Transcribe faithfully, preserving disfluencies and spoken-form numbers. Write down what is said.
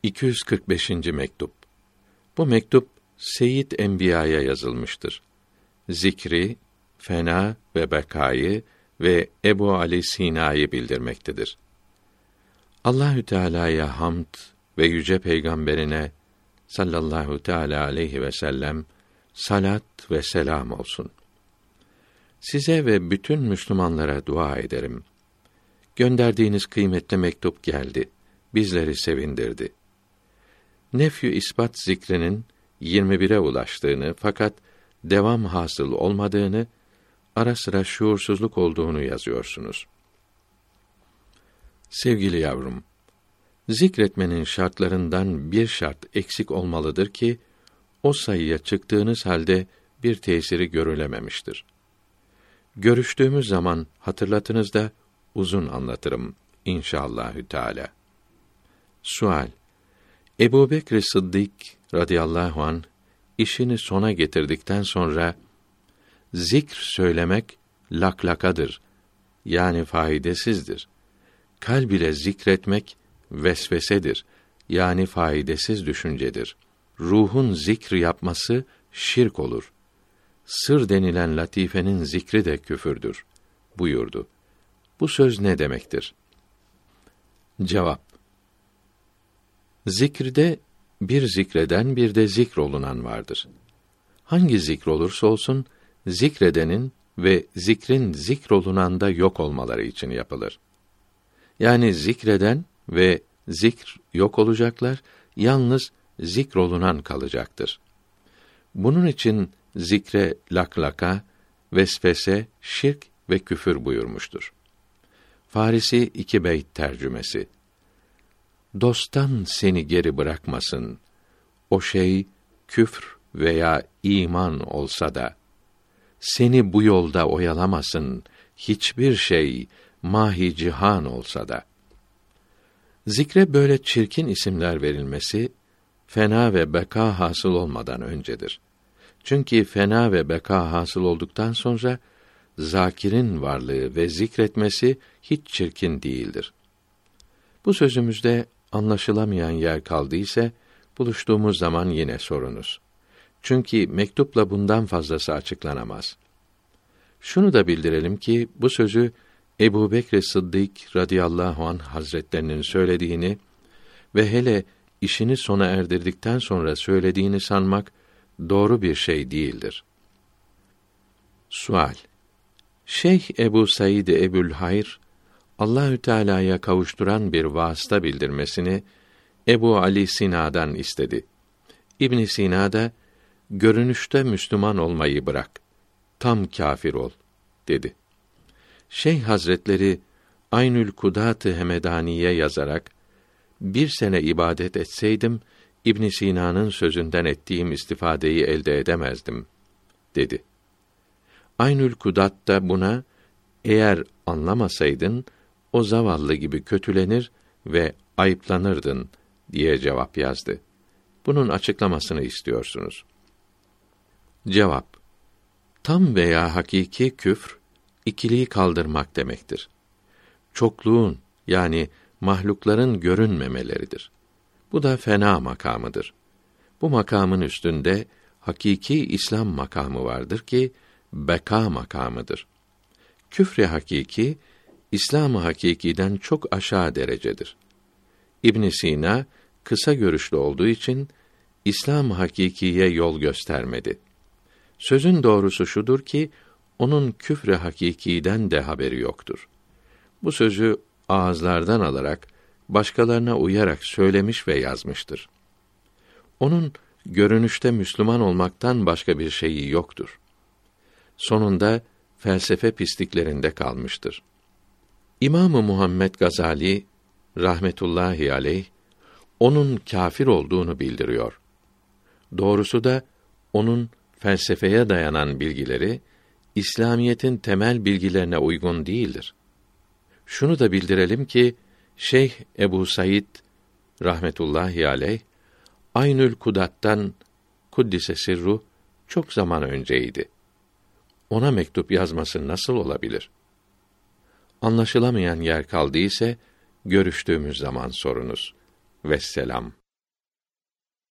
iki yüz kırk beşinci mektup. Bu mektup Seyyid Enbiya'ya yazılmıştır. Zikri, fena ve bekayı ve Ebu Ali Sina'yı bildirmektedir. Allahü Teala'ya hamd ve yüce peygamberine sallallahu teala aleyhi ve sellem salat ve selam olsun. Size ve bütün Müslümanlara dua ederim. Gönderdiğiniz kıymetli mektup geldi. Bizleri sevindirdi. Nefyü ispat zikrinin yirmi bire ulaştığını fakat devam hasıl olmadığını, ara sıra şuursuzluk olduğunu yazıyorsunuz. Sevgili yavrum, zikretmenin şartlarından bir şart eksik olmalıdır ki, o sayıya çıktığınız halde bir tesiri görülememiştir. Görüştüğümüz zaman hatırlatınız da uzun anlatırım inşallahü teâlâ. Sual: Ebu Bekr Sıddık radıyallahu anh işini sona getirdikten sonra zikr söylemek laklakadır, yani faydasızdır. Kalb ile zikretmek vesvesedir, yani faydasız düşüncedir. Ruhun zikr yapması şirk olur. Sır denilen latifenin zikri de küfürdür buyurdu. Bu söz ne demektir? Cevap: Zikirde bir zikreden bir de zikrolunan vardır. Hangi zikr olursa olsun, zikredenin ve zikrin zikrolunanda yok olmaları için yapılır. Yani zikreden ve zikr yok olacaklar, yalnız zikrolunan kalacaktır. Bunun için zikre laklaka, vesvese, şirk ve küfür buyurmuştur. Farisi iki beyt tercümesi. Dosttan seni geri bırakmasın. O şey küfr veya iman olsa da seni bu yolda oyalamasın hiçbir şey mahi cihan olsa da. Zikre böyle çirkin isimler verilmesi fena ve beka hasıl olmadan öncedir. Çünkü fena ve beka hasıl olduktan sonra zakirin varlığı ve zikretmesi hiç çirkin değildir. Bu sözümüzde anlaşılamayan yer kaldıysa buluştuğumuz zaman yine sorunuz. Çünkü mektupla bundan fazlası açıklanamaz. Şunu da bildirelim ki bu sözü Ebu Bekr Sıddık radıyallahu anh hazretlerinin söylediğini ve hele işini sona erdirdikten sonra söylediğini sanmak doğru bir şey değildir. Sual: Şeyh Ebu Said Ebu'l-Hayr Allahü Teala'ya kavuşturan bir vasıta bildirmesini Ebu Ali Sina'dan istedi. İbn Sina da görünüşte Müslüman olmayı bırak, tam kâfir ol dedi. Şeyh Hazretleri Aynül Kudat-ı Hemedaniye yazarak bir sene ibadet etseydim İbn Sina'nın sözünden ettiğim istifadeyi elde edemezdim dedi. Aynül Kudat da buna eğer anlamasaydın o zavallı gibi kötülenir ve ayıplanırdın diye cevap yazdı. Bunun açıklamasını istiyorsunuz. Cevap: Tam veya hakiki küfr ikiliği kaldırmak demektir. Çokluğun yani mahlukların görünmemeleridir. Bu da fena makamıdır. Bu makamın üstünde hakiki İslam makamı vardır ki beka makamıdır. Küfr-i hakiki İslam-ı hakikiden çok aşağı derecedir. İbn Sina kısa görüşlü olduğu için İslam-ı hakikiye yol göstermedi. Sözün doğrusu şudur ki onun küfr-i hakikiden de haberi yoktur. Bu sözü ağızlardan alarak başkalarına uyarak söylemiş ve yazmıştır. Onun görünüşte Müslüman olmaktan başka bir şeyi yoktur. Sonunda felsefe pisliklerinde kalmıştır. İmam-ı Muhammed Gazali rahmetullahi aleyh onun kâfir olduğunu bildiriyor. Doğrusu da onun felsefeye dayanan bilgileri İslamiyetin temel bilgilerine uygun değildir. Şunu da bildirelim ki Şeyh Ebu Said rahmetullahi aleyh Aynül Kudat'tan kuddise sirru çok zaman önceydi. Ona mektup yazması nasıl olabilir? Anlaşılamayan yer kaldıysa görüştüğümüz zaman sorunuz. Vesselam.